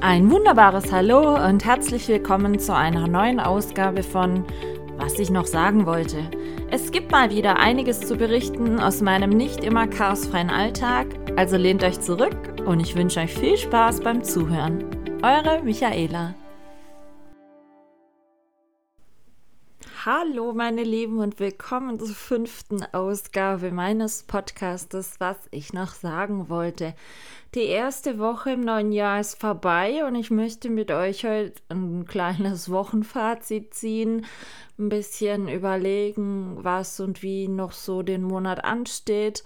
Ein wunderbares Hallo und herzlich willkommen zu einer neuen Ausgabe von Was ich noch sagen wollte. Es gibt mal wieder einiges zu berichten aus meinem nicht immer chaosfreien Alltag, also lehnt euch zurück und ich wünsche euch viel Spaß beim Zuhören. Eure Michaela. Hallo meine Lieben und willkommen zur 5. Ausgabe meines Podcastes, was ich noch sagen wollte. Die erste Woche im neuen Jahr ist vorbei und ich möchte mit euch heute ein kleines Wochenfazit ziehen, ein bisschen überlegen, was und wie noch so den Monat ansteht.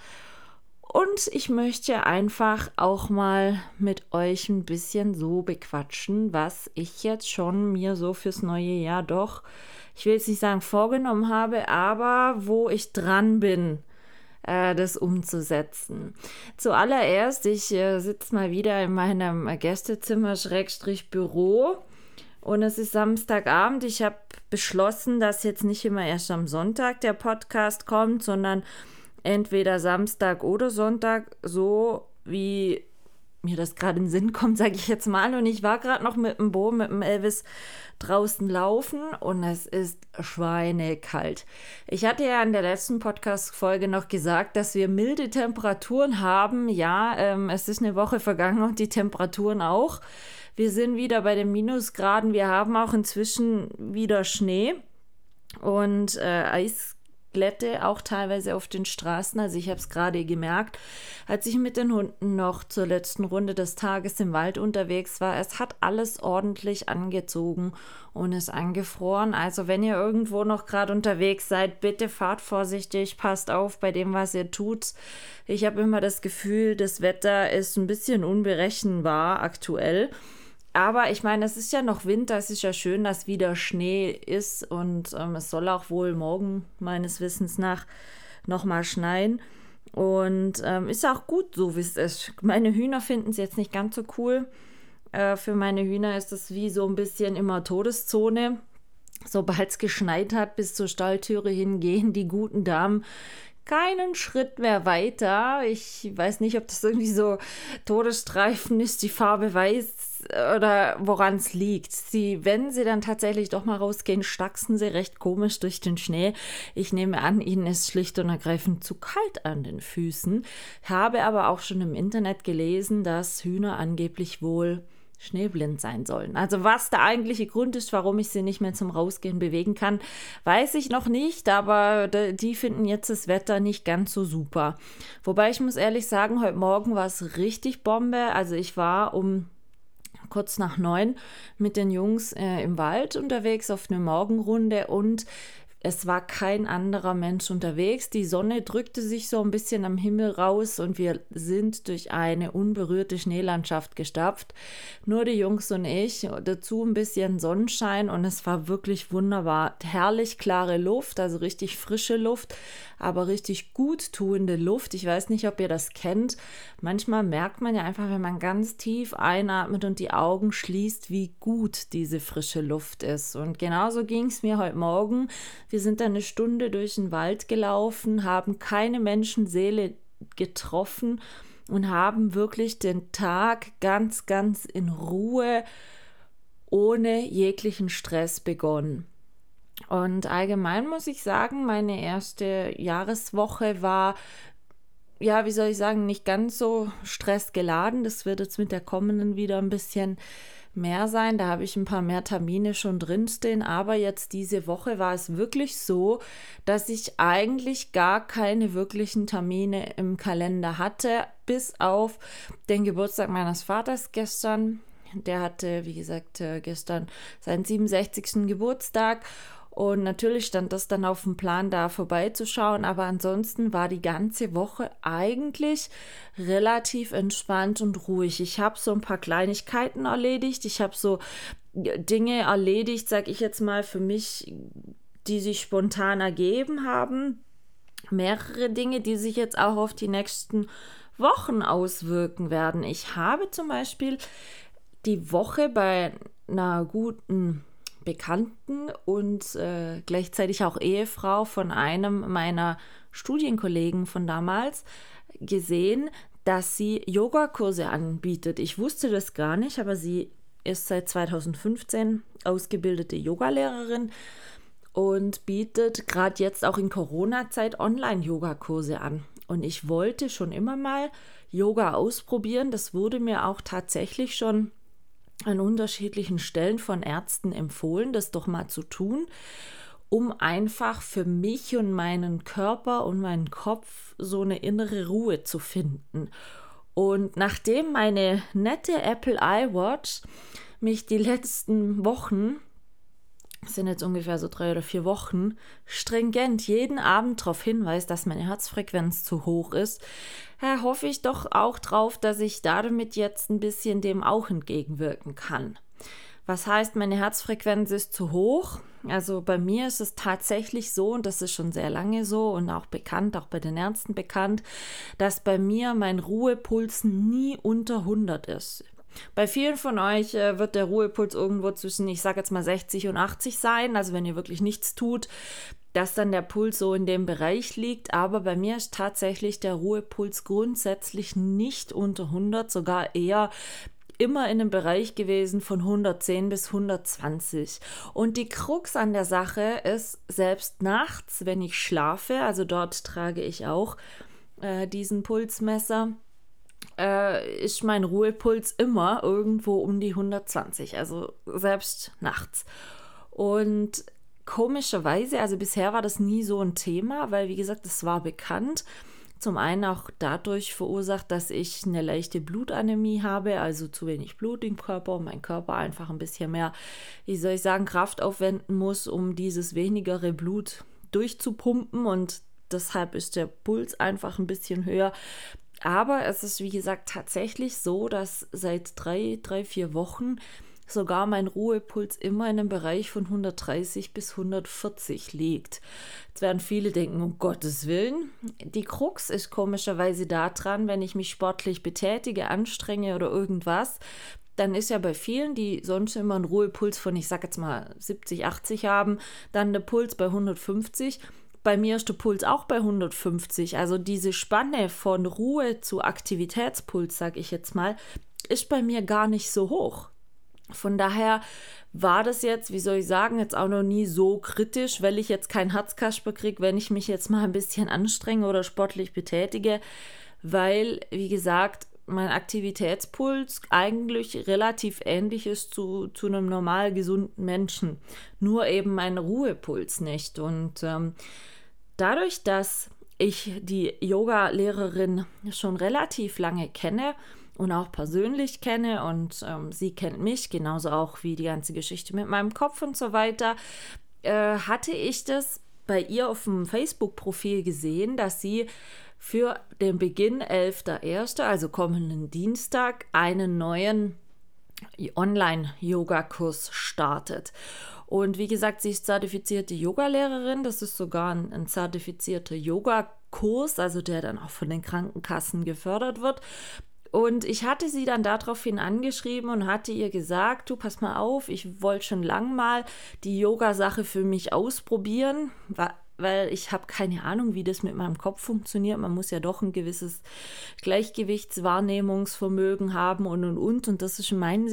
Und ich möchte einfach auch mal mit euch ein bisschen so bequatschen, was ich jetzt schon mir so fürs neue Jahr doch, ich will jetzt nicht sagen vorgenommen habe, aber wo ich dran bin, das umzusetzen. Zuallererst, ich sitze mal wieder in meinem Gästezimmer-Büro und es ist Samstagabend. Ich habe beschlossen, dass jetzt nicht immer erst am Sonntag der Podcast kommt, sondern entweder Samstag oder Sonntag, so wie mir das gerade in den Sinn kommt, sage ich jetzt mal. Und ich war gerade noch mit dem Bo, mit dem Elvis draußen laufen und es ist schweinekalt. Ich hatte ja in der letzten Podcast-Folge noch gesagt, dass wir milde Temperaturen haben. Ja, es ist eine Woche vergangen und die Temperaturen auch. Wir sind wieder bei den Minusgraden. Wir haben auch inzwischen wieder Schnee und Eisglätte auch teilweise auf den Straßen. Also ich habe es gerade gemerkt, als ich mit den Hunden noch zur letzten Runde des Tages im Wald unterwegs war. Es hat alles ordentlich angezogen und ist angefroren. Also wenn ihr irgendwo noch gerade unterwegs seid, bitte fahrt vorsichtig, passt auf bei dem, was ihr tut. Ich habe immer das Gefühl, das Wetter ist ein bisschen unberechenbar aktuell. Aber ich meine, es ist ja noch Winter, es ist ja schön, dass wieder Schnee ist und es soll auch wohl morgen meines Wissens nach nochmal schneien. Und ist auch gut so, wie es ist. Meine Hühner finden es jetzt nicht ganz so cool. Für meine Hühner ist das wie so ein bisschen immer Todeszone. Sobald es geschneit hat, bis zur Stalltüre hingehen die guten Damen keinen Schritt mehr weiter. Ich weiß nicht, ob das irgendwie so Todesstreifen ist, die Farbe weiß oder woran es liegt. Wenn sie dann tatsächlich doch mal rausgehen, stachsen sie recht komisch durch den Schnee. Ich nehme an, ihnen ist schlicht und ergreifend zu kalt an den Füßen. Habe aber auch schon im Internet gelesen, dass Hühner angeblich wohl schneeblind sein sollen. Also was der eigentliche Grund ist, warum ich sie nicht mehr zum Rausgehen bewegen kann, weiß ich noch nicht, aber die finden jetzt das Wetter nicht ganz so super. Wobei ich muss ehrlich sagen, heute Morgen war es richtig Bombe. Also ich war um kurz nach 9 mit den Jungs im Wald unterwegs auf eine Morgenrunde und es war kein anderer Mensch unterwegs. Die Sonne drückte sich so ein bisschen am Himmel raus und wir sind durch eine unberührte Schneelandschaft gestapft. Nur die Jungs und ich, dazu ein bisschen Sonnenschein und es war wirklich wunderbar. Herrlich klare Luft, also richtig frische Luft, aber richtig gut tuende Luft. Ich weiß nicht, ob ihr das kennt. Manchmal merkt man ja einfach, wenn man ganz tief einatmet und die Augen schließt, wie gut diese frische Luft ist. Und genauso ging es mir heute Morgen. Wir sind eine Stunde durch den Wald gelaufen, haben keine Menschenseele getroffen und haben wirklich den Tag ganz, ganz in Ruhe, ohne jeglichen Stress begonnen. Und allgemein muss ich sagen, meine erste Jahreswoche war, ja, wie soll ich sagen, nicht ganz so stressgeladen. Das wird jetzt mit der kommenden wieder ein bisschen mehr sein. Da habe ich ein paar mehr Termine schon drinstehen. Aber jetzt diese Woche war es wirklich so, dass ich eigentlich gar keine wirklichen Termine im Kalender hatte, bis auf den Geburtstag meines Vaters gestern. Der hatte, wie gesagt, gestern seinen 67. Geburtstag. Und natürlich stand das dann auf dem Plan, da vorbeizuschauen, aber ansonsten war die ganze Woche eigentlich relativ entspannt und ruhig. Ich habe so ein paar Kleinigkeiten erledigt, ich habe so Dinge erledigt, sag ich jetzt mal, für mich, die sich spontan ergeben haben. Mehrere Dinge, die sich jetzt auch auf die nächsten Wochen auswirken werden. Ich habe zum Beispiel die Woche bei einer guten Bekannten und gleichzeitig auch Ehefrau von einem meiner Studienkollegen von damals gesehen, dass sie Yogakurse anbietet. Ich wusste das gar nicht, aber sie ist seit 2015 ausgebildete Yogalehrerin und bietet gerade jetzt auch in Corona-Zeit Online-Yoga-Kurse an. Und ich wollte schon immer mal Yoga ausprobieren. Das wurde mir auch tatsächlich schon an unterschiedlichen Stellen von Ärzten empfohlen, das doch mal zu tun, um einfach für mich und meinen Körper und meinen Kopf so eine innere Ruhe zu finden. Und nachdem meine nette Apple iWatch mich die letzten Wochen, das sind jetzt ungefähr so 3 oder 4 Wochen, stringent jeden Abend darauf hinweist, dass meine Herzfrequenz zu hoch ist, hoffe ich doch auch drauf, dass ich damit jetzt ein bisschen dem auch entgegenwirken kann. Was heißt, meine Herzfrequenz ist zu hoch? Also bei mir ist es tatsächlich so, und das ist schon sehr lange so und auch bekannt, auch bei den Ärzten bekannt, dass bei mir mein Ruhepuls nie unter 100 ist. Bei vielen von euch wird der Ruhepuls irgendwo zwischen, ich sage jetzt mal 60 und 80 sein, also wenn ihr wirklich nichts tut, dass dann der Puls so in dem Bereich liegt, aber bei mir ist tatsächlich der Ruhepuls grundsätzlich nicht unter 100, sogar eher immer in einem Bereich gewesen von 110 bis 120. Und die Krux an der Sache ist, selbst nachts, wenn ich schlafe, also dort trage ich auch diesen Pulsmesser, ist mein Ruhepuls immer irgendwo um die 120, also selbst nachts. Und komischerweise, also bisher war das nie so ein Thema, weil wie gesagt, es war bekannt. Zum einen auch dadurch verursacht, dass ich eine leichte Blutanämie habe, also zu wenig Blut im Körper und mein Körper einfach ein bisschen mehr, wie soll ich sagen, Kraft aufwenden muss, um dieses wenigere Blut durchzupumpen und deshalb ist der Puls einfach ein bisschen höher. Aber es ist, wie gesagt, tatsächlich so, dass seit 4 Wochen sogar mein Ruhepuls immer in einem Bereich von 130 bis 140 liegt. Jetzt werden viele denken, um Gottes Willen. Die Krux ist komischerweise daran, wenn ich mich sportlich betätige, anstrenge oder irgendwas, dann ist ja bei vielen, die sonst immer einen Ruhepuls von, ich sag jetzt mal 70, 80 haben, dann der Puls bei 150. Bei mir ist der Puls auch bei 150. Also diese Spanne von Ruhe zu Aktivitätspuls, sag ich jetzt mal, ist bei mir gar nicht so hoch. Von daher war das jetzt, wie soll ich sagen, jetzt auch noch nie so kritisch, weil ich jetzt kein Herzkasper kriege, wenn ich mich jetzt mal ein bisschen anstrenge oder sportlich betätige, weil, wie gesagt, mein Aktivitätspuls eigentlich relativ ähnlich ist zu einem normal gesunden Menschen, nur eben mein Ruhepuls nicht. Und dadurch, dass ich die Yoga-Lehrerin schon relativ lange kenne und auch persönlich kenne und sie kennt mich, genauso auch wie die ganze Geschichte mit meinem Kopf und so weiter, hatte ich das bei ihr auf dem Facebook-Profil gesehen, dass sie für den Beginn 11.01., also kommenden Dienstag, einen neuen Online-Yoga-Kurs startet. Und wie gesagt, sie ist zertifizierte Yogalehrerin, das ist sogar ein zertifizierter Yogakurs, also der dann auch von den Krankenkassen gefördert wird. Und ich hatte sie dann daraufhin angeschrieben und hatte ihr gesagt, du, pass mal auf, ich wollte schon lang mal die Yoga-Sache für mich ausprobieren, weil ich habe keine Ahnung, wie das mit meinem Kopf funktioniert. Man muss ja doch ein gewisses Gleichgewichtswahrnehmungsvermögen haben und. Und das ist in manchen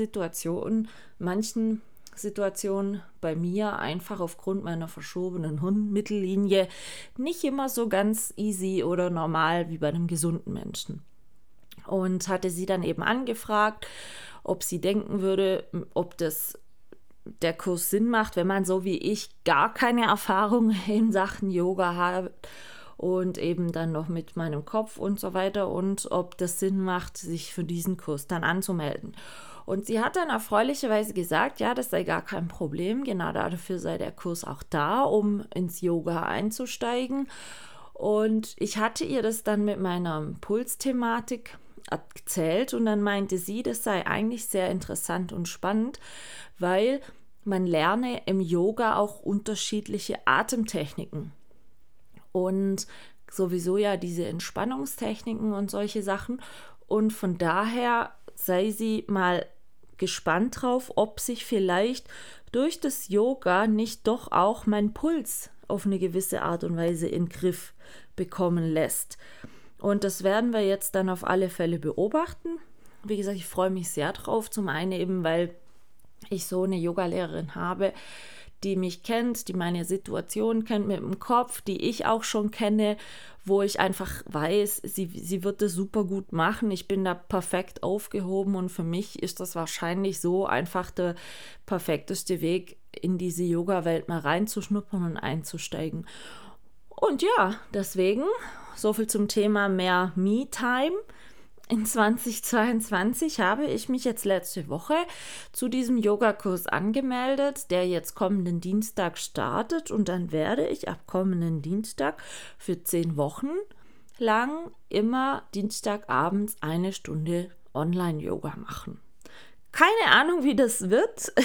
Situationen bei mir einfach aufgrund meiner verschobenen Hirnmittellinie nicht immer so ganz easy oder normal wie bei einem gesunden Menschen. Und hatte sie dann eben angefragt, ob sie denken würde, ob der Kurs Sinn macht, wenn man so wie ich gar keine Erfahrung in Sachen Yoga hat und eben dann noch mit meinem Kopf und so weiter und ob das Sinn macht, sich für diesen Kurs dann anzumelden. Und sie hat dann erfreulicherweise gesagt, ja, das sei gar kein Problem, genau dafür sei der Kurs auch da, um ins Yoga einzusteigen. Und ich hatte ihr das dann mit meiner Pulsthematik erzählt und dann meinte sie, das sei eigentlich sehr interessant und spannend, weil man lerne im Yoga auch unterschiedliche Atemtechniken und sowieso ja diese Entspannungstechniken und solche Sachen und von daher sei sie mal gespannt drauf, ob sich vielleicht durch das Yoga nicht doch auch mein Puls auf eine gewisse Art und Weise in den Griff bekommen lässt. Und das werden wir jetzt dann auf alle Fälle beobachten. Wie gesagt, ich freue mich sehr drauf. Zum einen eben, weil ich so eine Yogalehrerin habe, die mich kennt, die meine Situation kennt mit dem Kopf, die ich auch schon kenne, wo ich einfach weiß, sie wird das super gut machen. Ich bin da perfekt aufgehoben und für mich ist das wahrscheinlich so einfach der perfekteste Weg, in diese Yoga-Welt mal reinzuschnuppern und einzusteigen. Und ja, deswegen so viel zum Thema mehr Me-Time. In 2022 habe ich mich jetzt letzte Woche zu diesem Yogakurs angemeldet, der jetzt kommenden Dienstag startet, und dann werde ich ab kommenden Dienstag für 10 Wochen lang immer Dienstagabends 1 Stunde Online-Yoga machen. Keine Ahnung, wie das wird.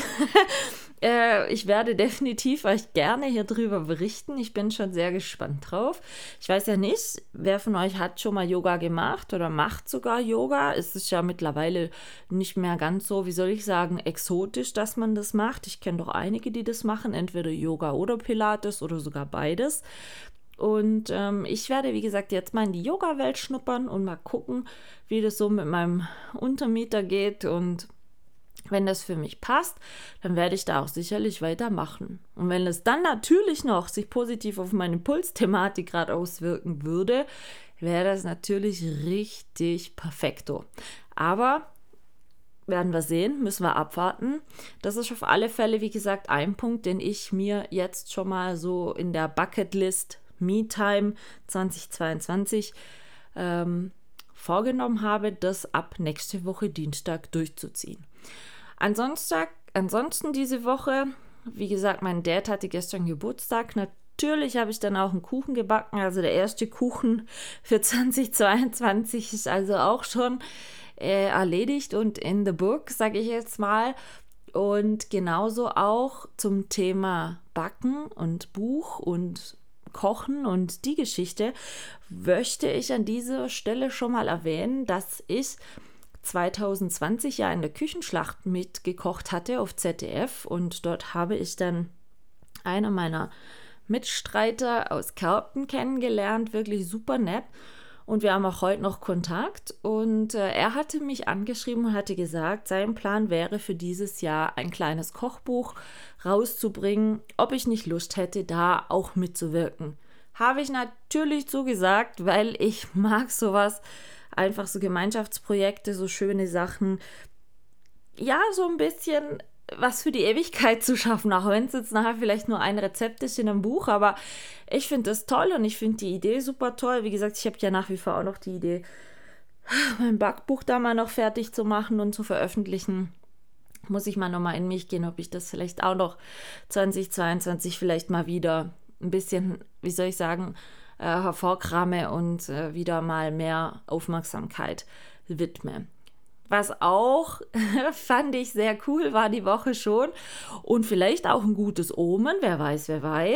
Ich werde definitiv euch gerne hier drüber berichten. Ich bin schon sehr gespannt drauf. Ich weiß ja nicht, wer von euch hat schon mal Yoga gemacht oder macht sogar Yoga. Es ist ja mittlerweile nicht mehr ganz so, wie soll ich sagen, exotisch, dass man das macht. Ich kenne doch einige, die das machen, entweder Yoga oder Pilates oder sogar beides. Und ich werde, wie gesagt, jetzt mal in die Yoga-Welt schnuppern und mal gucken, wie das so mit meinem Untermieter geht. Und wenn das für mich passt, dann werde ich da auch sicherlich weitermachen. Und wenn es dann natürlich noch sich positiv auf meine Pulsthematik gerade auswirken würde, wäre das natürlich richtig perfekto. Aber werden wir sehen, müssen wir abwarten. Das ist auf alle Fälle, wie gesagt, ein Punkt, den ich mir jetzt schon mal so in der Bucketlist Me-Time 2022 vorgenommen habe, das ab nächste Woche Dienstag durchzuziehen. Ansonsten diese Woche, wie gesagt, mein Dad hatte gestern Geburtstag. Natürlich habe ich dann auch einen Kuchen gebacken. Also der erste Kuchen für 2022 ist also auch schon erledigt und in the book, sage ich jetzt mal. Und genauso auch zum Thema Backen und Buch und Kochen und die Geschichte möchte ich an dieser Stelle schon mal erwähnen, dass ich 2020 ja in der Küchenschlacht mitgekocht hatte auf ZDF, und dort habe ich dann einer meiner Mitstreiter aus Kärnten kennengelernt, wirklich super nett, und wir haben auch heute noch Kontakt, und er hatte mich angeschrieben und hatte gesagt, sein Plan wäre für dieses Jahr ein kleines Kochbuch rauszubringen, ob ich nicht Lust hätte, da auch mitzuwirken. Habe ich natürlich zugesagt, weil ich mag sowas, einfach so Gemeinschaftsprojekte, so schöne Sachen, ja, so ein bisschen was für die Ewigkeit zu schaffen, auch wenn es jetzt nachher vielleicht nur ein Rezept ist in einem Buch, aber ich finde das toll und ich finde die Idee super toll. Wie gesagt, ich habe ja nach wie vor auch noch die Idee, mein Backbuch da mal noch fertig zu machen und zu veröffentlichen. Muss ich mal nochmal in mich gehen, ob ich das vielleicht auch noch 2022 vielleicht mal wieder ein bisschen, wie soll ich sagen, hervorkrame und wieder mal mehr Aufmerksamkeit widme. Was auch fand ich sehr cool war die Woche schon und vielleicht auch ein gutes Omen, wer weiß.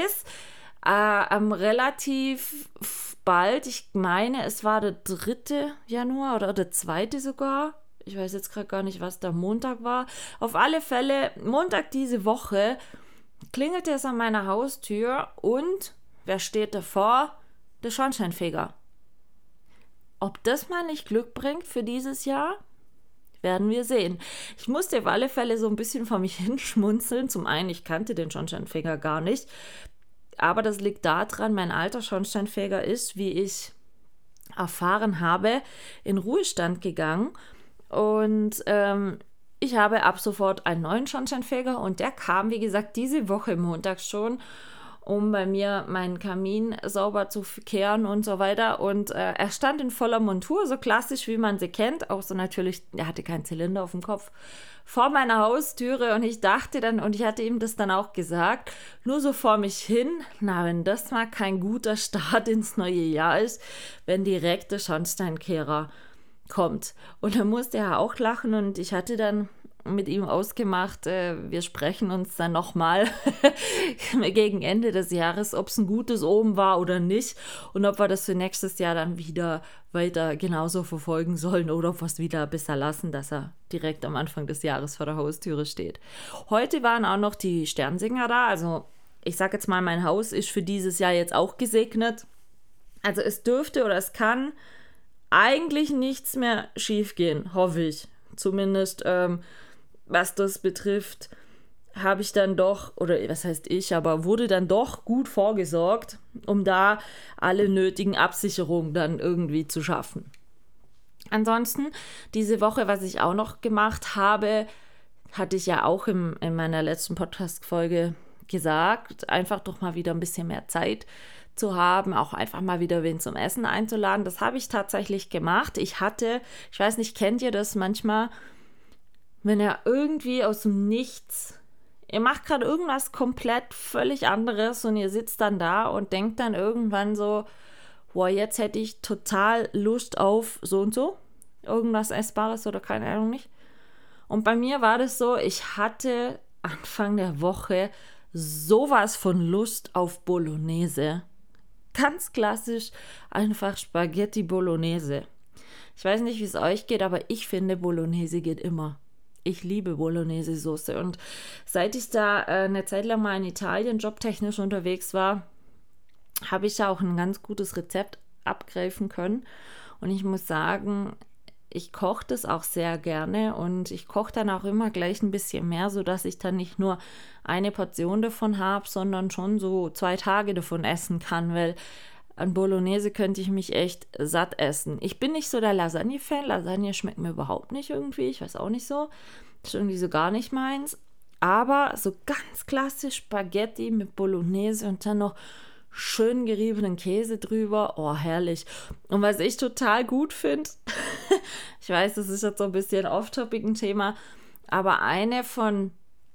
Relativ bald, ich meine, es war der 3. Januar oder der 2. sogar. Ich weiß jetzt gerade gar nicht, was der Montag war. Auf alle Fälle, Montag diese Woche klingelte es an meiner Haustür und wer steht davor? Der Schornsteinfeger. Ob das mal nicht Glück bringt für dieses Jahr? Werden wir sehen. Ich musste auf alle Fälle so ein bisschen vor mich hinschmunzeln. Zum einen, ich kannte den Schornsteinfeger gar nicht. Aber das liegt daran, mein alter Schornsteinfeger ist, wie ich erfahren habe, in Ruhestand gegangen. Und ich habe ab sofort einen neuen Schornsteinfeger und der kam, wie gesagt, diese Woche Montag schon, um bei mir meinen Kamin sauber zu kehren und so weiter. Und er stand in voller Montur, so klassisch, wie man sie kennt. Auch so natürlich, er hatte keinen Zylinder auf dem Kopf, vor meiner Haustüre. Und ich dachte dann, und ich hatte ihm das dann auch gesagt, nur so vor mich hin, na, wenn das mal kein guter Start ins neue Jahr ist, wenn direkt der Schornsteinkehrer kommt. Und da musste er auch lachen und ich hatte dann mit ihm ausgemacht, wir sprechen uns dann nochmal gegen Ende des Jahres, ob es ein gutes Omen war oder nicht und ob wir das für nächstes Jahr dann wieder weiter genauso verfolgen sollen oder ob wir es wieder besser lassen, dass er direkt am Anfang des Jahres vor der Haustüre steht. Heute waren auch noch die Sternsinger da, also ich sage jetzt mal, mein Haus ist für dieses Jahr jetzt auch gesegnet. Also es dürfte oder es kann eigentlich nichts mehr schief gehen, hoffe ich. Zumindest was das betrifft, habe ich dann doch, oder was heißt ich, aber wurde dann doch gut vorgesorgt, um da alle nötigen Absicherungen dann irgendwie zu schaffen. Ansonsten, diese Woche, was ich auch noch gemacht habe, hatte ich ja auch in meiner letzten Podcast-Folge gesagt, einfach doch mal wieder ein bisschen mehr Zeit zu haben, auch einfach mal wieder wen zum Essen einzuladen. Das habe ich tatsächlich gemacht. Ich weiß nicht, kennt ihr das manchmal, wenn ihr irgendwie aus dem Nichts, ihr macht gerade irgendwas komplett völlig anderes und ihr sitzt dann da und denkt dann irgendwann so, boah, jetzt hätte ich total Lust auf so und so, irgendwas Essbares oder keine Ahnung nicht. Und bei mir war das so, ich hatte Anfang der Woche sowas von Lust auf Bolognese. Ganz klassisch, einfach Spaghetti Bolognese. Ich weiß nicht, wie es euch geht, aber ich finde, Bolognese geht immer. Ich liebe Bolognese-Soße und seit ich da eine Zeit lang mal in Italien jobtechnisch unterwegs war, habe ich da auch ein ganz gutes Rezept abgreifen können. Und ich muss sagen, ich koche das auch sehr gerne und ich koche dann auch immer gleich ein bisschen mehr, sodass ich dann nicht nur eine Portion davon habe, sondern schon so 2 Tage davon essen kann, weil an Bolognese könnte ich mich echt satt essen. Ich bin nicht so der Lasagne-Fan. Lasagne schmeckt mir überhaupt nicht irgendwie. Ich weiß auch nicht so. Das ist irgendwie so gar nicht meins. Aber so ganz klassisch Spaghetti mit Bolognese und dann noch schön geriebenen Käse drüber. Oh, herrlich. Und was ich total gut finde, ich weiß, das ist jetzt so ein bisschen off-topic ein Thema, aber eine von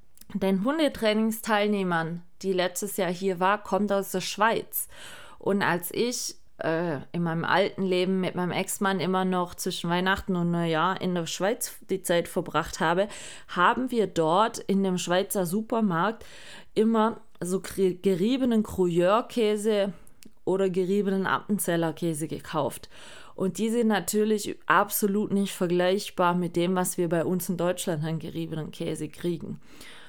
den Hundetrainingsteilnehmern, die letztes Jahr hier war, kommt aus der Schweiz. Und als ich in meinem alten Leben mit meinem Ex-Mann immer noch zwischen Weihnachten und Neujahr in der Schweiz die Zeit verbracht habe, haben wir dort in dem Schweizer Supermarkt immer so geriebenen Gruyère-Käse oder geriebenen Appenzeller-Käse gekauft. Und die sind natürlich absolut nicht vergleichbar mit dem, was wir bei uns in Deutschland an geriebenen Käse kriegen.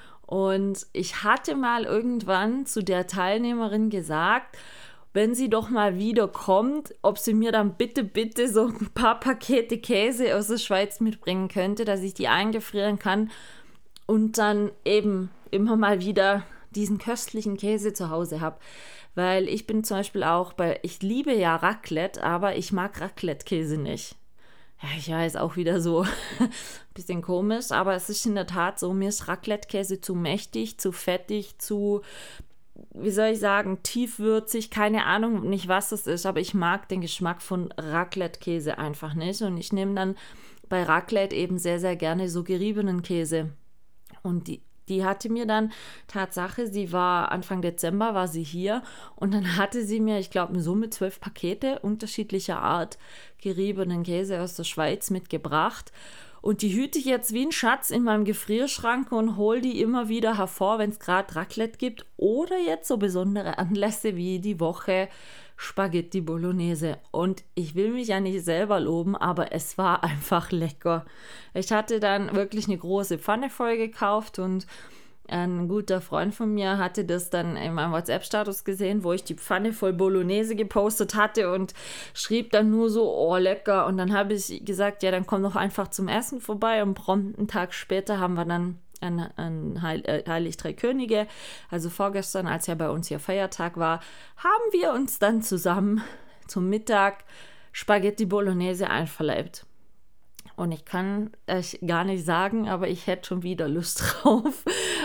Und ich hatte mal irgendwann zu der Teilnehmerin gesagt, wenn sie doch mal wieder kommt, ob sie mir dann bitte so ein paar Pakete Käse aus der Schweiz mitbringen könnte, dass ich die eingefrieren kann und dann eben immer mal wieder diesen köstlichen Käse zu Hause habe. Weil ich bin zum Beispiel auch ich liebe ja Raclette, aber ich mag Raclette-Käse nicht. Ja, ich weiß, auch wieder so ein bisschen komisch, aber es ist in der Tat so, mir ist Raclette-Käse zu mächtig, zu fettig, zu, wie soll ich sagen, tiefwürzig, keine Ahnung nicht, was es ist, aber ich mag den Geschmack von Raclette-Käse einfach nicht und ich nehme dann bei Raclette eben sehr, sehr gerne so geriebenen Käse. Und die hatte mir dann, Tatsache, sie war Anfang Dezember, war sie hier und dann hatte sie mir, ich glaube, in Summe 12 Pakete unterschiedlicher Art geriebenen Käse aus der Schweiz mitgebracht. Und die hüte ich jetzt wie ein Schatz in meinem Gefrierschrank und hole die immer wieder hervor, wenn es gerade Raclette gibt oder jetzt so besondere Anlässe wie die Woche Spaghetti Bolognese. Und ich will mich ja nicht selber loben, aber es war einfach lecker. Ich hatte dann wirklich eine große Pfanne voll gekauft und ein guter Freund von mir hatte das dann in meinem WhatsApp-Status gesehen, wo ich die Pfanne voll Bolognese gepostet hatte und schrieb dann nur so, oh lecker. Und dann habe ich gesagt, ja, dann komm doch einfach zum Essen vorbei. Und prompt einen Tag später haben wir dann an Heilig Drei Könige, also vorgestern, als ja bei uns hier Feiertag war, haben wir uns dann zusammen zum Mittag Spaghetti Bolognese einverleibt. Und ich kann euch gar nicht sagen, aber ich hätte schon wieder Lust drauf.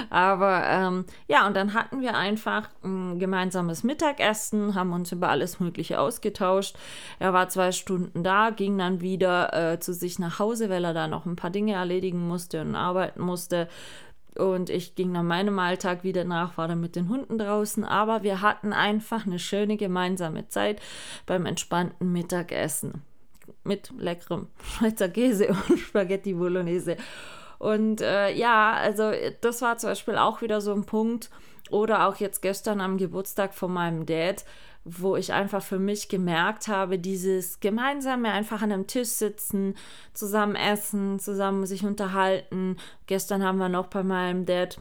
Aber ja, und dann hatten wir einfach ein gemeinsames Mittagessen, haben uns über alles Mögliche ausgetauscht. Er war 2 Stunden da, ging dann wieder zu sich nach Hause, weil er da noch ein paar Dinge erledigen musste und arbeiten musste. Und ich ging dann meinem Alltag wieder nach, war dann mit den Hunden draußen. Aber wir hatten einfach eine schöne gemeinsame Zeit beim entspannten Mittagessen. Mit leckerem Schweizer Käse und Spaghetti Bolognese. Und ja, also das war zum Beispiel auch wieder so ein Punkt. Oder auch jetzt gestern am Geburtstag von meinem Dad, wo ich einfach für mich gemerkt habe, dieses gemeinsame einfach an einem Tisch sitzen, zusammen essen, zusammen sich unterhalten. Gestern haben wir noch bei meinem Dad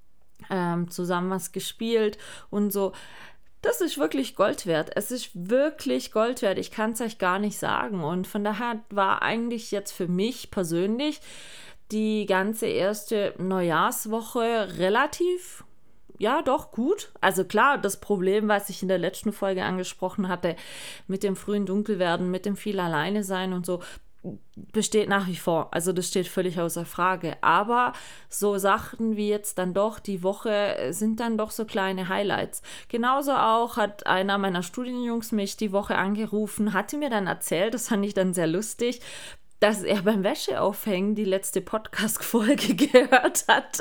zusammen was gespielt und so. Das ist wirklich Gold wert. Es ist wirklich Gold wert. Ich kann es euch gar nicht sagen. Und von daher war eigentlich jetzt für mich persönlich die ganze erste Neujahrswoche relativ, ja doch, gut. Also klar, das Problem, was ich in der letzten Folge angesprochen hatte, mit dem frühen Dunkelwerden, mit dem viel Alleine sein und so, besteht nach wie vor. Also das steht völlig außer Frage. Aber so Sachen wie jetzt dann doch, die Woche sind dann doch so kleine Highlights. Genauso auch hat einer meiner Studienjungs mich die Woche angerufen, hatte mir dann erzählt, das fand ich dann sehr lustig, dass er beim Wäscheaufhängen die letzte Podcast-Folge gehört hatte.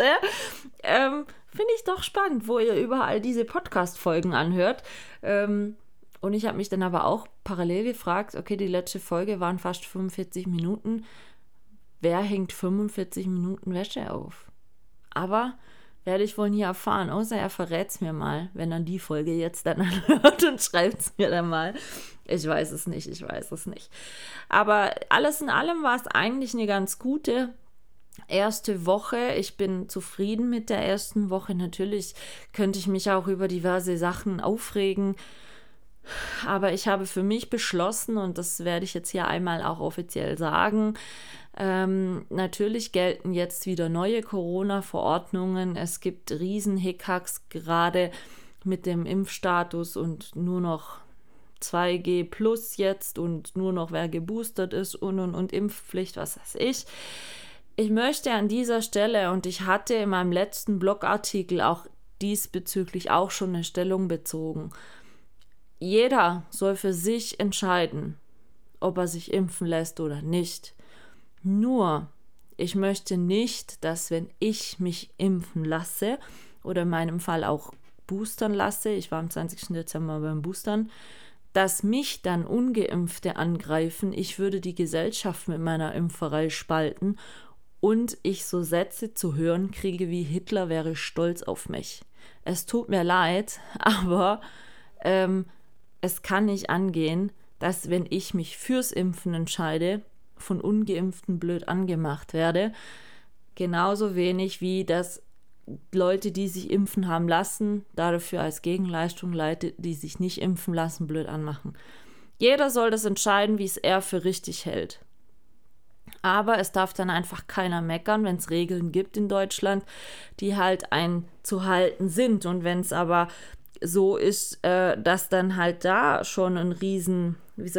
Finde ich doch spannend, wo ihr überall diese Podcast-Folgen anhört. Und ich habe mich dann aber auch parallel gefragt, okay, die letzte Folge waren fast 45 Minuten. Wer hängt 45 Minuten Wäsche auf? Aber werde ich wohl nie erfahren, außer er verrät es mir mal, wenn er die Folge jetzt dann anhört und schreibt es mir dann mal. Ich weiß es nicht. Aber alles in allem war es eigentlich eine ganz gute erste Woche. Ich bin zufrieden mit der ersten Woche. Natürlich könnte ich mich auch über diverse Sachen aufregen, aber ich habe für mich beschlossen, und das werde ich jetzt hier einmal auch offiziell sagen, natürlich gelten jetzt wieder neue Corona-Verordnungen. Es gibt riesen Hickhacks gerade mit dem Impfstatus und nur noch 2G plus jetzt und nur noch wer geboostert ist und Impfpflicht, was weiß ich. Ich möchte an dieser Stelle, und ich hatte in meinem letzten Blogartikel auch diesbezüglich auch schon eine Stellung bezogen, jeder soll für sich entscheiden, ob er sich impfen lässt oder nicht. Nur, ich möchte nicht, dass wenn ich mich impfen lasse oder in meinem Fall auch boostern lasse, ich war am 20. Dezember beim Boostern, dass mich dann Ungeimpfte angreifen, ich würde die Gesellschaft mit meiner Impferei spalten und ich so Sätze zu hören kriege wie Hitler wäre stolz auf mich. Es tut mir leid, aber es kann nicht angehen, dass wenn ich mich fürs Impfen entscheide, von Ungeimpften blöd angemacht werde. Genauso wenig wie dass Leute, die sich impfen haben lassen, dafür als Gegenleistung Leute, die sich nicht impfen lassen, blöd anmachen. Jeder soll das entscheiden, wie es er für richtig hält. Aber es darf dann einfach keiner meckern, wenn es Regeln gibt in Deutschland, die halt einzuhalten sind. Und wenn es aber so ist, dass dann halt da schon ein riesen,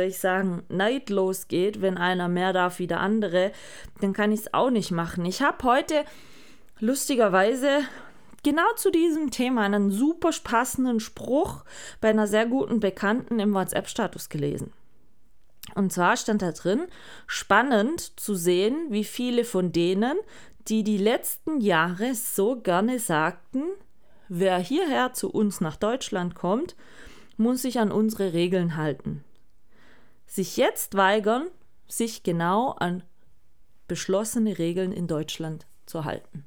Neid losgeht, wenn einer mehr darf wie der andere, dann kann ich es auch nicht machen. Ich habe heute lustigerweise genau zu diesem Thema einen super passenden Spruch bei einer sehr guten Bekannten im WhatsApp-Status gelesen. Und zwar stand da drin, spannend zu sehen, wie viele von denen, die letzten Jahre so gerne sagten, wer hierher zu uns nach Deutschland kommt, muss sich an unsere Regeln halten. Sich jetzt weigern, sich genau an beschlossene Regeln in Deutschland zu halten.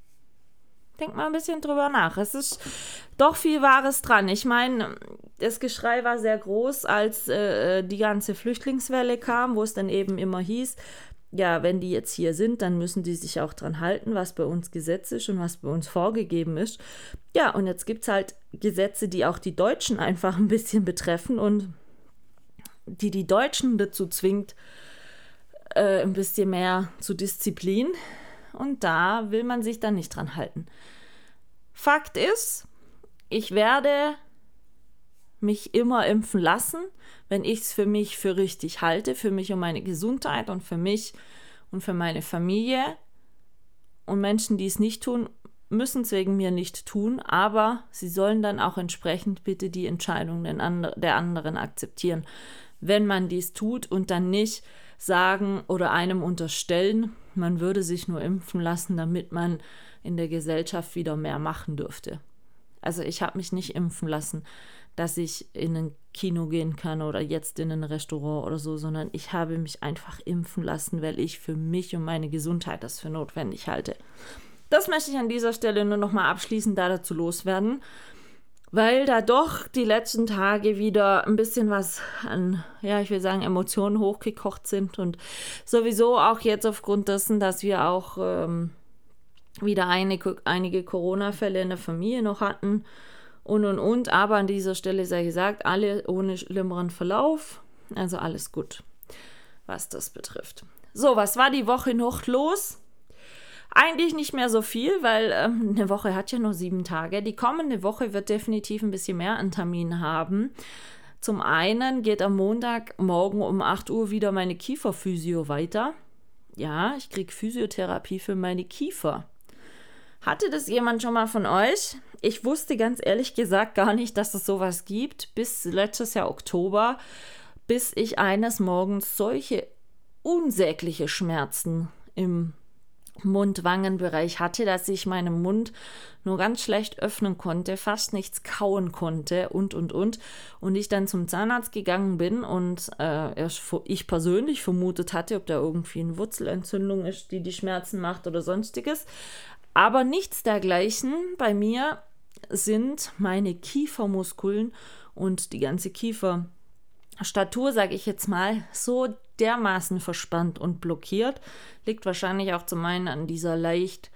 Denkt mal ein bisschen drüber nach. Es ist doch viel Wahres dran. Ich meine, das Geschrei war sehr groß, als die ganze Flüchtlingswelle kam, wo es dann eben immer hieß, ja, wenn die jetzt hier sind, dann müssen die sich auch dran halten, was bei uns Gesetz ist und was bei uns vorgegeben ist. Ja, und jetzt gibt es halt Gesetze, die auch die Deutschen einfach ein bisschen betreffen und die Deutschen dazu zwingt, ein bisschen mehr zu Disziplin. Und da will man sich dann nicht dran halten. Fakt ist, ich werde mich immer impfen lassen, wenn ich es für mich für richtig halte, für mich und meine Gesundheit und für mich und für meine Familie. Und Menschen, die es nicht tun, müssen es wegen mir nicht tun, aber sie sollen dann auch entsprechend bitte die Entscheidung der anderen akzeptieren, wenn man dies tut und dann nicht sagen oder einem unterstellen, man würde sich nur impfen lassen, damit man in der Gesellschaft wieder mehr machen dürfte. Also ich habe mich nicht impfen lassen, dass ich in ein Kino gehen kann oder jetzt in ein Restaurant oder so, sondern ich habe mich einfach impfen lassen, weil ich für mich und meine Gesundheit das für notwendig halte. Das möchte ich an dieser Stelle nur noch mal abschließend dazu loswerden, weil da doch die letzten Tage wieder ein bisschen was an, ja, ich will sagen, Emotionen hochgekocht sind und sowieso auch jetzt aufgrund dessen, dass wir auch wieder einige Corona-Fälle in der Familie noch hatten und. Aber an dieser Stelle sei gesagt, alle ohne schlimmeren Verlauf, also alles gut, was das betrifft. So, was war die Woche noch los? Eigentlich nicht mehr so viel, weil eine Woche hat ja nur 7 Tage. Die kommende Woche wird definitiv ein bisschen mehr an Terminen haben. Zum einen geht am Montagmorgen um 8 Uhr wieder meine Kieferphysio weiter. Ja, ich kriege Physiotherapie für meine Kiefer. Hatte das jemand schon mal von euch? Ich wusste ganz ehrlich gesagt gar nicht, dass es sowas gibt, bis letztes Jahr Oktober, bis ich eines Morgens solche unsägliche Schmerzen im Mund-Wangen-Bereich hatte, dass ich meinen Mund nur ganz schlecht öffnen konnte, fast nichts kauen konnte und ich dann zum Zahnarzt gegangen bin und ich persönlich vermutet hatte, ob da irgendwie eine Wurzelentzündung ist, die Schmerzen macht oder sonstiges, aber nichts dergleichen. Bei mir sind meine Kiefermuskeln und die ganze Kieferstatur, sage ich jetzt mal, so dermaßen verspannt und blockiert. Liegt wahrscheinlich auch zum einen an dieser leicht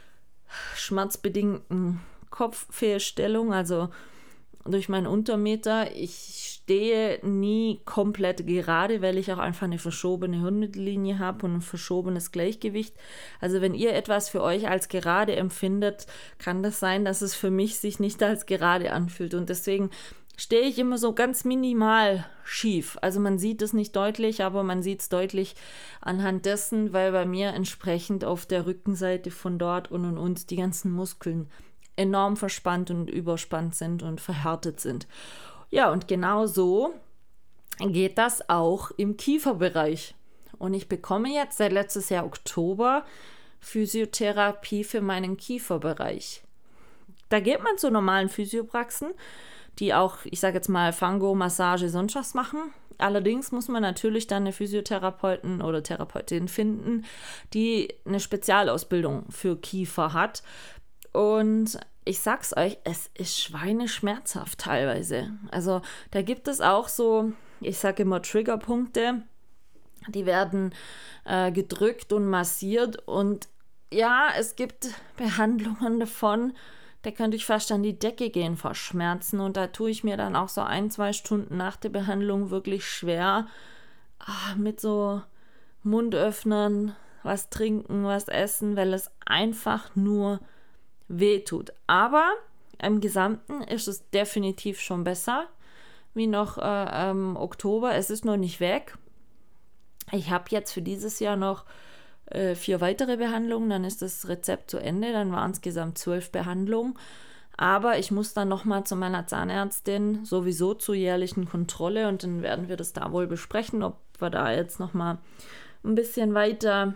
schmerzbedingten Kopffehlstellung, also durch meinen Untermeter. Ich stehe nie komplett gerade, weil ich auch einfach eine verschobene Hirnmittellinie habe und ein verschobenes Gleichgewicht. Also wenn ihr etwas für euch als gerade empfindet, kann das sein, dass es für mich sich nicht als gerade anfühlt. Und deswegen stehe ich immer so ganz minimal schief. Also man sieht es nicht deutlich, aber man sieht es deutlich anhand dessen, weil bei mir entsprechend auf der Rückenseite von dort und die ganzen Muskeln enorm verspannt und überspannt sind und verhärtet sind. Ja, und genau so geht das auch im Kieferbereich. Und ich bekomme jetzt seit letztes Jahr Oktober Physiotherapie für meinen Kieferbereich. Da geht man zu normalen Physiopraxen, die auch, ich sage jetzt mal, Fango, Massage, sonst was machen. Allerdings muss man natürlich dann eine Physiotherapeutin oder Therapeutin finden, die eine Spezialausbildung für Kiefer hat. Und ich sag's euch, es ist schweineschmerzhaft teilweise. Also da gibt es auch so, ich sage immer Triggerpunkte, die werden gedrückt und massiert. Und ja, es gibt Behandlungen davon, da könnte ich fast an die Decke gehen vor Schmerzen. Und da tue ich mir dann auch so 1-2 Stunden nach der Behandlung wirklich schwer, mit so Mund öffnen, was trinken, was essen, weil es einfach nur wehtut. Aber im Gesamten ist es definitiv schon besser wie noch im Oktober. Es ist noch nicht weg. Ich habe jetzt für dieses Jahr noch 4 weitere Behandlungen, dann ist das Rezept zu Ende, dann waren es insgesamt 12 Behandlungen. Aber ich muss dann nochmal zu meiner Zahnärztin, sowieso zur jährlichen Kontrolle, und dann werden wir das da wohl besprechen, ob wir da jetzt nochmal ein bisschen weiter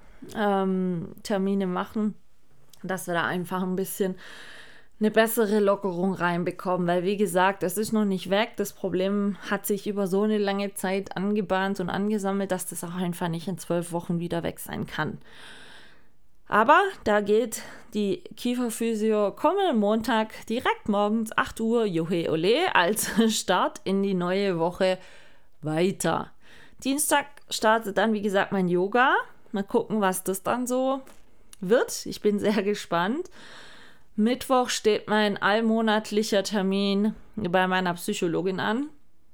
Termine machen, dass wir da einfach ein bisschen eine bessere Lockerung reinbekommen, weil wie gesagt, es ist noch nicht weg. Das Problem hat sich über so eine lange Zeit angebahnt und angesammelt, dass das auch einfach nicht in 12 Wochen wieder weg sein kann. Aber da geht die Kieferphysio kommenden Montag direkt morgens 8 Uhr, Johe Ole, als Start in die neue Woche weiter. Dienstag startet dann, wie gesagt, mein Yoga. Mal gucken, was das dann so wird. Ich bin sehr gespannt. Mittwoch steht mein allmonatlicher Termin bei meiner Psychologin an.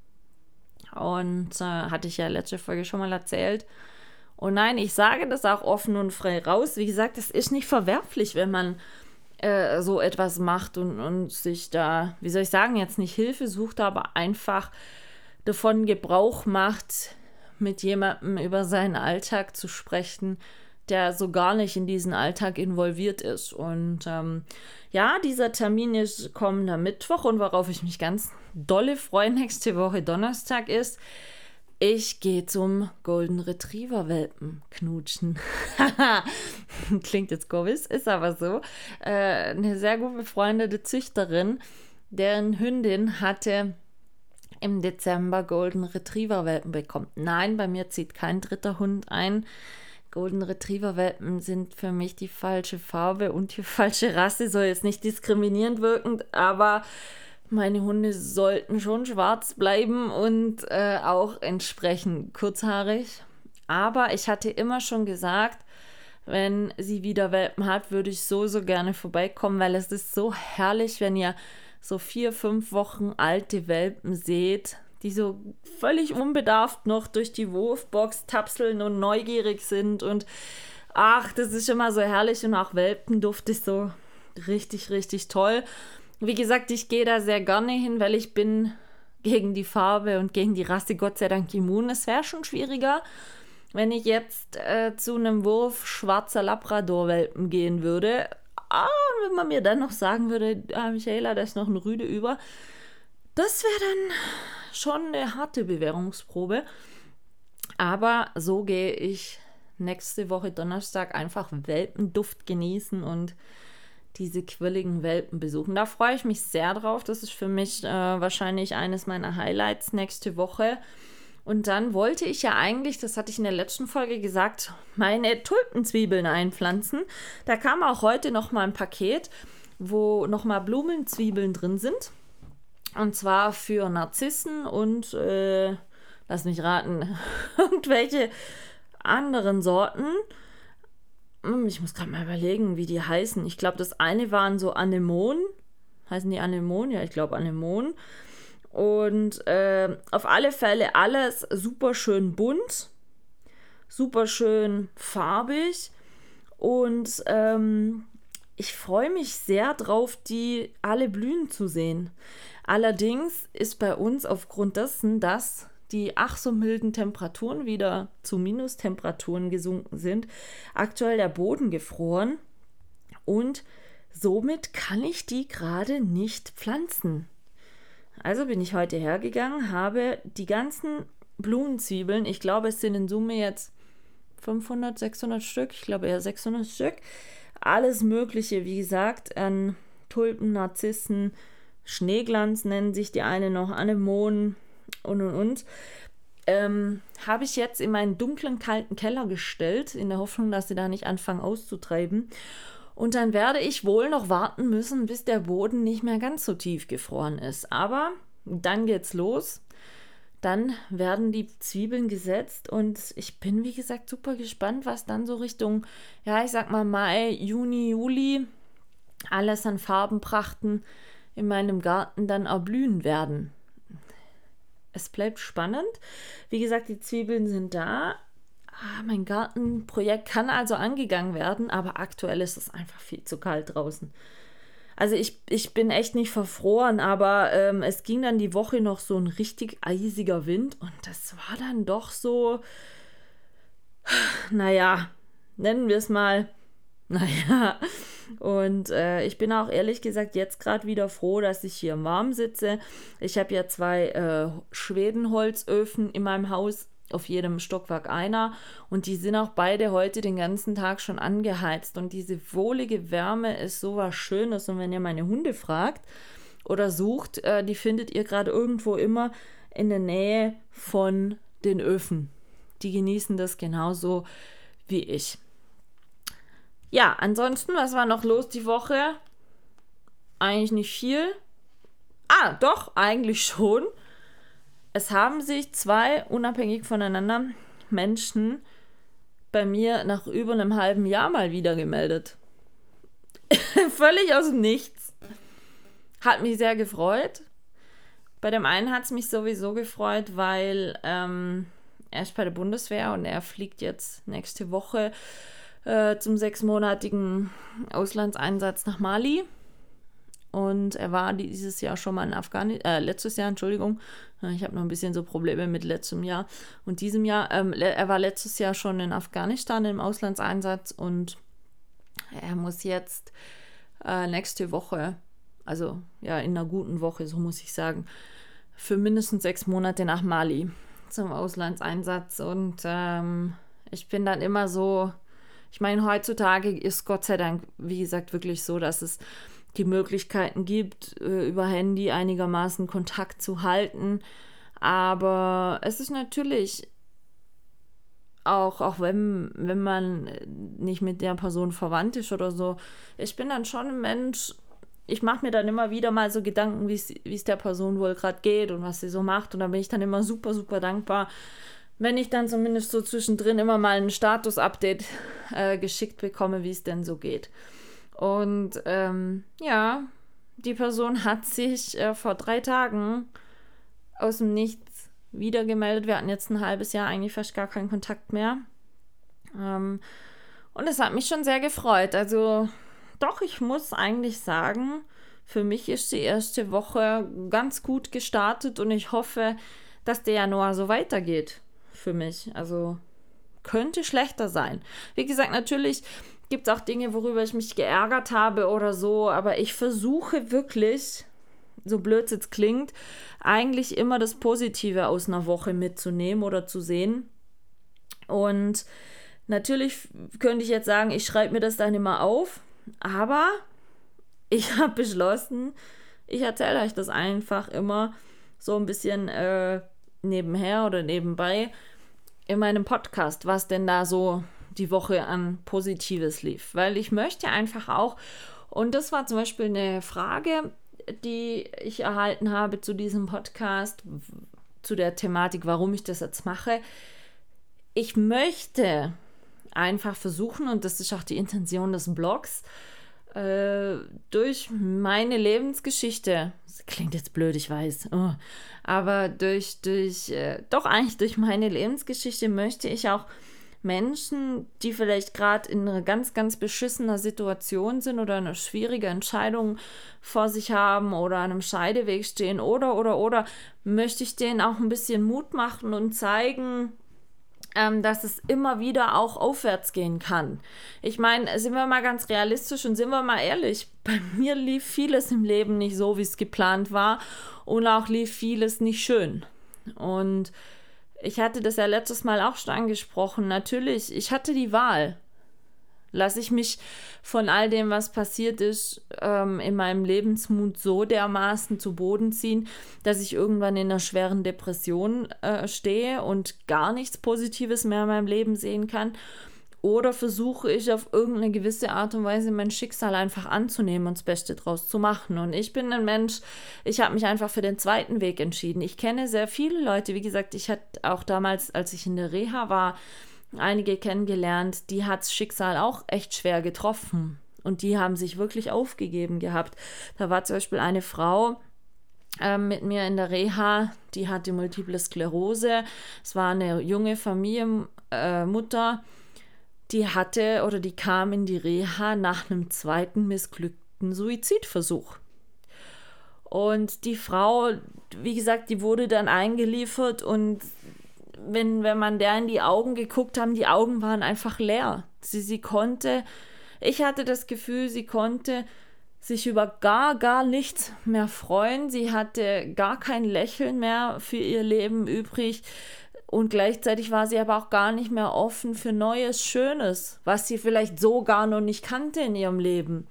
Und hatte ich ja letzte Folge schon mal erzählt. Und nein, ich sage das auch offen und frei raus. Wie gesagt, es ist nicht verwerflich, wenn man so etwas macht und sich da, wie soll ich sagen, jetzt nicht Hilfe sucht, aber einfach davon Gebrauch macht, mit jemandem über seinen Alltag zu sprechen, der so gar nicht in diesen Alltag involviert ist. Und ja, dieser Termin ist kommender Mittwoch, und worauf ich mich ganz dolle freue, nächste Woche Donnerstag ist, ich gehe zum Golden Retriever Welpen knutschen. Klingt jetzt komisch, ist aber so. Eine sehr gut befreundete Züchterin, deren Hündin hatte im Dezember Golden Retriever Welpen bekommen. Nein, bei mir zieht kein dritter Hund ein. Golden Retriever Welpen sind für mich die falsche Farbe und die falsche Rasse, soll jetzt nicht diskriminierend wirken, aber meine Hunde sollten schon schwarz bleiben und auch entsprechend kurzhaarig. Aber ich hatte immer schon gesagt, wenn sie wieder Welpen hat, würde ich so gerne vorbeikommen, weil es ist so herrlich, wenn ihr so 4-5 Wochen alte Welpen seht, die so völlig unbedarft noch durch die Wurfbox tapseln und neugierig sind und Ach, das ist immer so herrlich und auch Welpenduft ist so richtig, richtig toll. Wie gesagt, ich gehe da sehr gerne hin, weil ich bin gegen die Farbe und gegen die Rasse Gott sei Dank immun. Es wäre schon schwieriger, wenn ich jetzt zu einem Wurf schwarzer Labrador-Welpen gehen würde. Wenn man mir dann noch sagen würde, Michaela, da ist noch ein Rüde über, das wäre dann schon eine harte Bewährungsprobe. Aber so gehe ich nächste Woche Donnerstag einfach Welpenduft genießen und diese quirligen Welpen besuchen. Da freue ich mich sehr drauf. Das ist für mich wahrscheinlich eines meiner Highlights nächste Woche. Und dann wollte ich ja eigentlich, das hatte ich in der letzten Folge gesagt, meine Tulpenzwiebeln einpflanzen. Da kam auch heute nochmal ein Paket, wo nochmal Blumenzwiebeln drin sind. Und zwar für Narzissen und, lass mich raten, irgendwelche anderen Sorten. Ich muss gerade mal überlegen, wie die heißen. Ich glaube, das eine waren so Anemonen. Heißen die Anemonen? Ja, ich glaube Anemonen. Und auf alle Fälle alles super schön bunt, super schön farbig. Und ich freue mich sehr drauf, die alle blühen zu sehen. Allerdings ist bei uns aufgrund dessen, dass die ach so milden Temperaturen wieder zu Minustemperaturen gesunken sind, aktuell der Boden gefroren und somit kann ich die gerade nicht pflanzen. Also bin ich heute hergegangen, habe die ganzen Blumenzwiebeln, ich glaube es sind in Summe jetzt 500, 600 Stück, ich glaube eher 600 Stück, alles mögliche, wie gesagt, an Tulpen, Narzissen, Schneeglanz nennen sich die eine noch, Anemonen und. Habe ich jetzt in meinen dunklen, kalten Keller gestellt, in der Hoffnung, dass sie da nicht anfangen auszutreiben. Und dann werde ich wohl noch warten müssen, bis der Boden nicht mehr ganz so tief gefroren ist. Aber dann geht's los. Dann werden die Zwiebeln gesetzt und ich bin, wie gesagt, super gespannt, was dann so Richtung, ja, ich sag mal Mai, Juni, Juli, alles an Farbenprachten in meinem Garten dann erblühen werden. Es bleibt spannend. Wie gesagt, die Zwiebeln sind da. Mein Gartenprojekt kann also angegangen werden, aber aktuell ist es einfach viel zu kalt draußen. Also ich bin echt nicht verfroren, aber es ging dann die Woche noch so ein richtig eisiger Wind und das war dann doch so, naja, nennen wir es mal, naja. Und ich bin auch ehrlich gesagt jetzt gerade wieder froh, dass ich hier warm sitze. Ich habe ja 2 Schwedenholzöfen in meinem Haus, auf jedem Stockwerk einer. Und die sind auch beide heute den ganzen Tag schon angeheizt. Und diese wohlige Wärme ist sowas Schönes. Und wenn ihr meine Hunde fragt oder sucht, die findet ihr gerade irgendwo immer in der Nähe von den Öfen. Die genießen das genauso wie ich. Ja, ansonsten, was war noch los die Woche? Eigentlich nicht viel. Doch, eigentlich schon. Es haben sich 2 unabhängig voneinander Menschen bei mir nach über einem halben Jahr mal wieder gemeldet. Völlig aus dem Nichts. Hat mich sehr gefreut. Bei dem einen hat es mich sowieso gefreut, weil er ist bei der Bundeswehr und er fliegt jetzt nächste Woche zum 6-monatigen Auslandseinsatz nach Mali. Und er war dieses Jahr schon mal in Afghanistan, letztes Jahr, Entschuldigung, ich habe noch ein bisschen so Probleme mit letztem Jahr und diesem Jahr, er war letztes Jahr schon in Afghanistan im Auslandseinsatz und er muss jetzt nächste Woche, also ja in einer guten Woche, so muss ich sagen, für mindestens 6 Monate nach Mali zum Auslandseinsatz und ich bin dann immer so, ich meine, heutzutage ist Gott sei Dank, wie gesagt, wirklich so, dass es die Möglichkeiten gibt, über Handy einigermaßen Kontakt zu halten. Aber es ist natürlich auch wenn man nicht mit der Person verwandt ist oder so, ich bin dann schon ein Mensch, ich mache mir dann immer wieder mal so Gedanken, wie es der Person wohl gerade geht und was sie so macht. Und da bin ich dann immer super, super dankbar, wenn ich dann zumindest so zwischendrin immer mal ein Status-Update geschickt bekomme, wie es denn so geht. Und ja, die Person hat sich vor 3 Tagen aus dem Nichts wieder gemeldet. Wir hatten jetzt ein halbes Jahr eigentlich fast gar keinen Kontakt mehr. Und es hat mich schon sehr gefreut. Also doch, ich muss eigentlich sagen, für mich ist die erste Woche ganz gut gestartet und ich hoffe, dass der Januar so weitergeht für mich. Also könnte schlechter sein. Wie gesagt, natürlich gibt es auch Dinge, worüber ich mich geärgert habe oder so, aber ich versuche wirklich, so blöd es jetzt klingt, eigentlich immer das Positive aus einer Woche mitzunehmen oder zu sehen. Und natürlich könnte ich jetzt sagen, ich schreibe mir das dann immer auf, aber ich habe beschlossen, ich erzähle euch das einfach immer so ein bisschen nebenher oder nebenbei in meinem Podcast, was denn da so die Woche an Positives lief. Weil ich möchte einfach auch, und das war zum Beispiel eine Frage, die ich erhalten habe zu diesem Podcast, zu der Thematik, warum ich das jetzt mache. Ich möchte einfach versuchen, und das ist auch die Intention des Blogs, durch meine Lebensgeschichte, das klingt jetzt blöd, ich weiß, aber doch eigentlich durch meine Lebensgeschichte möchte ich auch Menschen, die vielleicht gerade in einer ganz, ganz beschissener Situation sind oder eine schwierige Entscheidung vor sich haben oder an einem Scheideweg stehen oder, möchte ich denen auch ein bisschen Mut machen und zeigen, dass es immer wieder auch aufwärts gehen kann. Ich meine, sind wir mal ganz realistisch und sind wir mal ehrlich, bei mir lief vieles im Leben nicht so, wie es geplant war und auch lief vieles nicht schön. Und ich hatte das ja letztes Mal auch schon angesprochen. Natürlich, ich hatte die Wahl. Lasse ich mich von all dem, was passiert ist, in meinem Lebensmut so dermaßen zu Boden ziehen, dass ich irgendwann in einer schweren Depression stehe und gar nichts Positives mehr in meinem Leben sehen kann? Oder versuche ich auf irgendeine gewisse Art und Weise mein Schicksal einfach anzunehmen und das Beste draus zu machen? Und ich bin ein Mensch, ich habe mich einfach für den zweiten Weg entschieden. Ich kenne sehr viele Leute, wie gesagt, ich hatte auch damals, als ich in der Reha war, einige kennengelernt, die hat das Schicksal auch echt schwer getroffen. Und die haben sich wirklich aufgegeben gehabt. Da war zum Beispiel eine Frau mit mir in der Reha, die hatte Multiple Sklerose. Es war eine junge Familienmutter, die kam in die Reha nach einem zweiten missglückten Suizidversuch. Und die Frau, wie gesagt, die wurde dann eingeliefert und wenn man der in die Augen geguckt haben, die Augen waren einfach leer. Ich hatte das Gefühl, sie konnte sich über gar nichts mehr freuen. Sie hatte gar kein Lächeln mehr für ihr Leben übrig. Und gleichzeitig war sie aber auch gar nicht mehr offen für Neues, Schönes, was sie vielleicht so gar noch nicht kannte in ihrem Leben.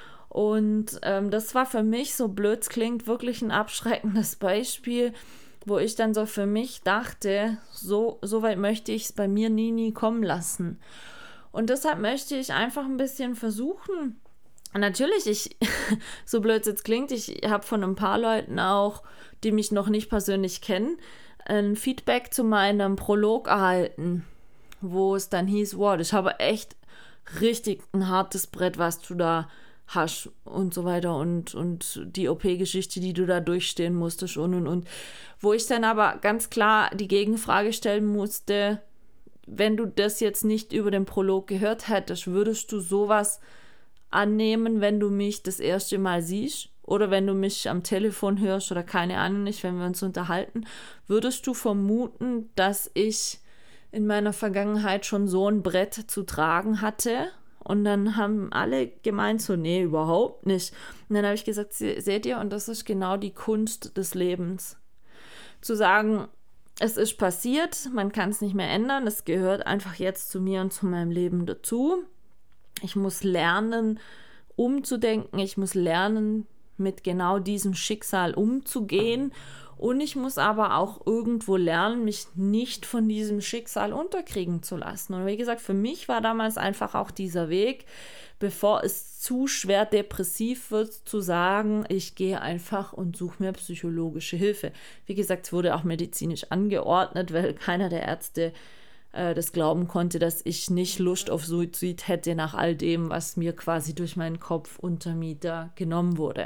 Und das war für mich, so blöd es klingt, wirklich ein abschreckendes Beispiel, wo ich dann so für mich dachte, so weit möchte ich es bei mir nie kommen lassen. Und deshalb möchte ich einfach ein bisschen versuchen. Natürlich, so blöd es jetzt klingt, ich habe von ein paar Leuten auch, die mich noch nicht persönlich kennen, ein Feedback zu meinem Prolog erhalten, wo es dann hieß, wow, ich habe echt richtig ein hartes Brett, was du da hast und so weiter und die OP-Geschichte, die du da durchstehen musstest und. Wo ich dann aber ganz klar die Gegenfrage stellen musste, wenn du das jetzt nicht über den Prolog gehört hättest, würdest du sowas annehmen, wenn du mich das erste Mal siehst oder wenn du mich am Telefon hörst oder keine Ahnung nicht, wenn wir uns unterhalten, würdest du vermuten, dass ich in meiner Vergangenheit schon so ein Brett zu tragen hatte? Und dann haben alle gemeint so, nee, überhaupt nicht. Und dann habe ich gesagt, seht ihr, und das ist genau die Kunst des Lebens. Zu sagen, es ist passiert, man kann es nicht mehr ändern, es gehört einfach jetzt zu mir und zu meinem Leben dazu. Ich muss lernen, umzudenken, ich muss lernen, mit genau diesem Schicksal umzugehen und ich muss aber auch irgendwo lernen, mich nicht von diesem Schicksal unterkriegen zu lassen. Und wie gesagt, für mich war damals einfach auch dieser Weg, bevor es zu schwer depressiv wird, zu sagen, ich gehe einfach und suche mir psychologische Hilfe. Wie gesagt, es wurde auch medizinisch angeordnet, weil keiner der Ärzte das glauben konnte, dass ich nicht Lust auf Suizid hätte nach all dem, was mir quasi durch meinen Kopf unter mir da genommen wurde.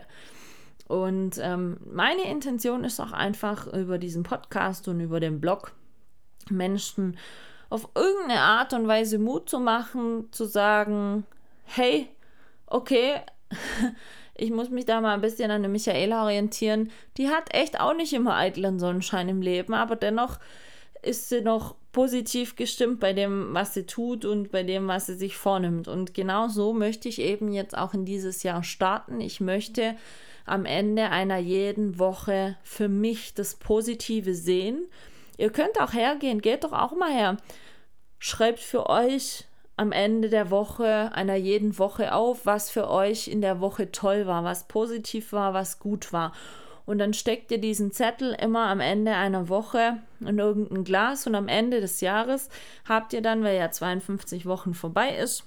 Und meine Intention ist auch einfach über diesen Podcast und über den Blog Menschen auf irgendeine Art und Weise Mut zu machen, zu sagen, hey, okay, ich muss mich da mal ein bisschen an der Michaela orientieren. Die hat echt auch nicht immer eitlen Sonnenschein im Leben, aber dennoch ist sie noch positiv gestimmt bei dem, was sie tut und bei dem, was sie sich vornimmt. Und genau so möchte ich eben jetzt auch in dieses Jahr starten. Ich möchte am Ende einer jeden Woche für mich das Positive sehen. Ihr könnt auch hergehen, geht doch auch mal her. Schreibt für euch am Ende der Woche, einer jeden Woche auf, was für euch in der Woche toll war, was positiv war, was gut war. Und dann steckt ihr diesen Zettel immer am Ende einer Woche in irgendein Glas und am Ende des Jahres habt ihr dann, weil ja 52 Wochen vorbei ist,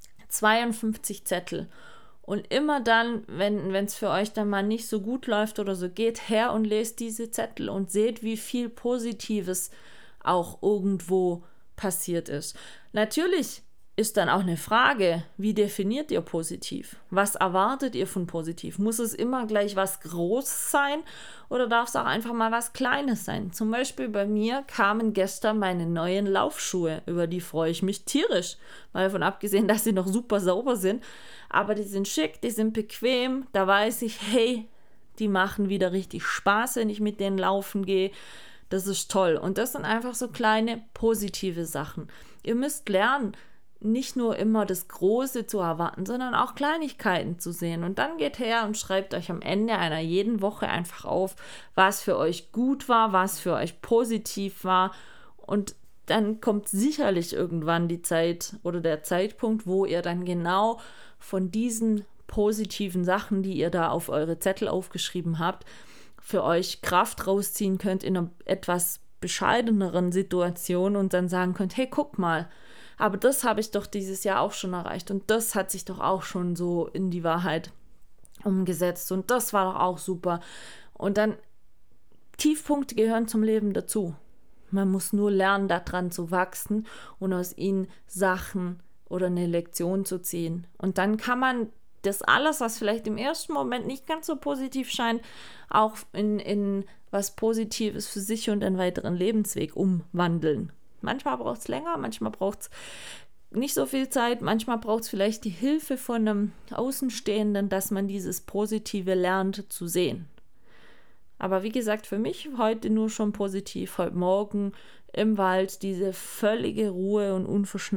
52 Zettel. Und immer dann, wenn es für euch dann mal nicht so gut läuft oder so, geht her und lest diese Zettel und seht, wie viel Positives auch irgendwo passiert ist. Natürlich ist dann auch eine Frage, wie definiert ihr positiv? Was erwartet ihr von positiv? Muss es immer gleich was Großes sein oder darf es auch einfach mal was Kleines sein? Zum Beispiel bei mir kamen gestern meine neuen Laufschuhe, über die freue ich mich tierisch, mal davon abgesehen, dass sie noch super sauber sind, aber die sind schick, die sind bequem, da weiß ich, hey, die machen wieder richtig Spaß, wenn ich mit denen laufen gehe. Das ist toll und das sind einfach so kleine positive Sachen. Ihr müsst lernen, nicht nur immer das Große zu erwarten, sondern auch Kleinigkeiten zu sehen. Und dann geht her und schreibt euch am Ende einer jeden Woche einfach auf, was für euch gut war, was für euch positiv war. Und dann kommt sicherlich irgendwann die Zeit oder der Zeitpunkt, wo ihr dann genau von diesen positiven Sachen, die ihr da auf eure Zettel aufgeschrieben habt, für euch Kraft rausziehen könnt in einer etwas bescheideneren Situation und dann sagen könnt, hey, guck mal, aber das habe ich doch dieses Jahr auch schon erreicht und das hat sich doch auch schon so in die Wahrheit umgesetzt und das war doch auch super. Und dann, Tiefpunkte gehören zum Leben dazu. Man muss nur lernen, daran zu wachsen und aus ihnen Sachen oder eine Lektion zu ziehen. Und dann kann man das alles, was vielleicht im ersten Moment nicht ganz so positiv scheint, auch in was Positives für sich und einen weiteren Lebensweg umwandeln. Manchmal braucht es länger, manchmal braucht es nicht so viel Zeit, manchmal braucht es vielleicht die Hilfe von einem Außenstehenden, dass man dieses Positive lernt zu sehen. Aber wie gesagt, für mich heute nur schon positiv. Heute Morgen im Wald diese völlige Ruhe und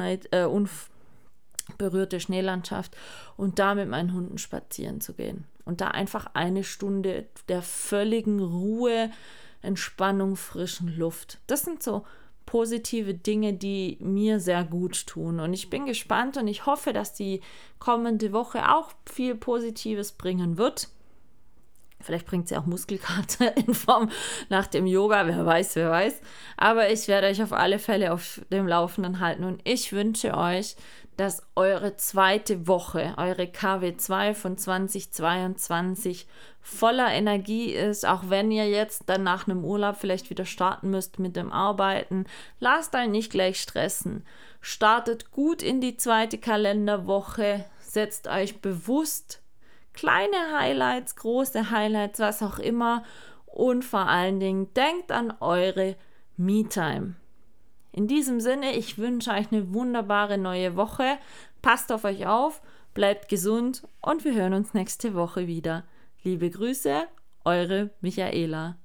unberührte Schneelandschaft und da mit meinen Hunden spazieren zu gehen. Und da einfach eine Stunde der völligen Ruhe, Entspannung, frischen Luft. Das sind so positive Dinge, die mir sehr gut tun. Und ich bin gespannt und ich hoffe, dass die kommende Woche auch viel Positives bringen wird. Vielleicht bringt sie auch Muskelkater in Form nach dem Yoga, wer weiß, wer weiß. Aber ich werde euch auf alle Fälle auf dem Laufenden halten und ich wünsche euch, dass eure zweite Woche, eure KW2 von 2022 voller Energie ist, auch wenn ihr jetzt dann nach einem Urlaub vielleicht wieder starten müsst mit dem Arbeiten. Lasst euch nicht gleich stressen. Startet gut in die zweite Kalenderwoche, setzt euch bewusst kleine Highlights, große Highlights, was auch immer und vor allen Dingen denkt an eure Me-Time. In diesem Sinne, ich wünsche euch eine wunderbare neue Woche. Passt auf euch auf, bleibt gesund und wir hören uns nächste Woche wieder. Liebe Grüße, eure Michaela.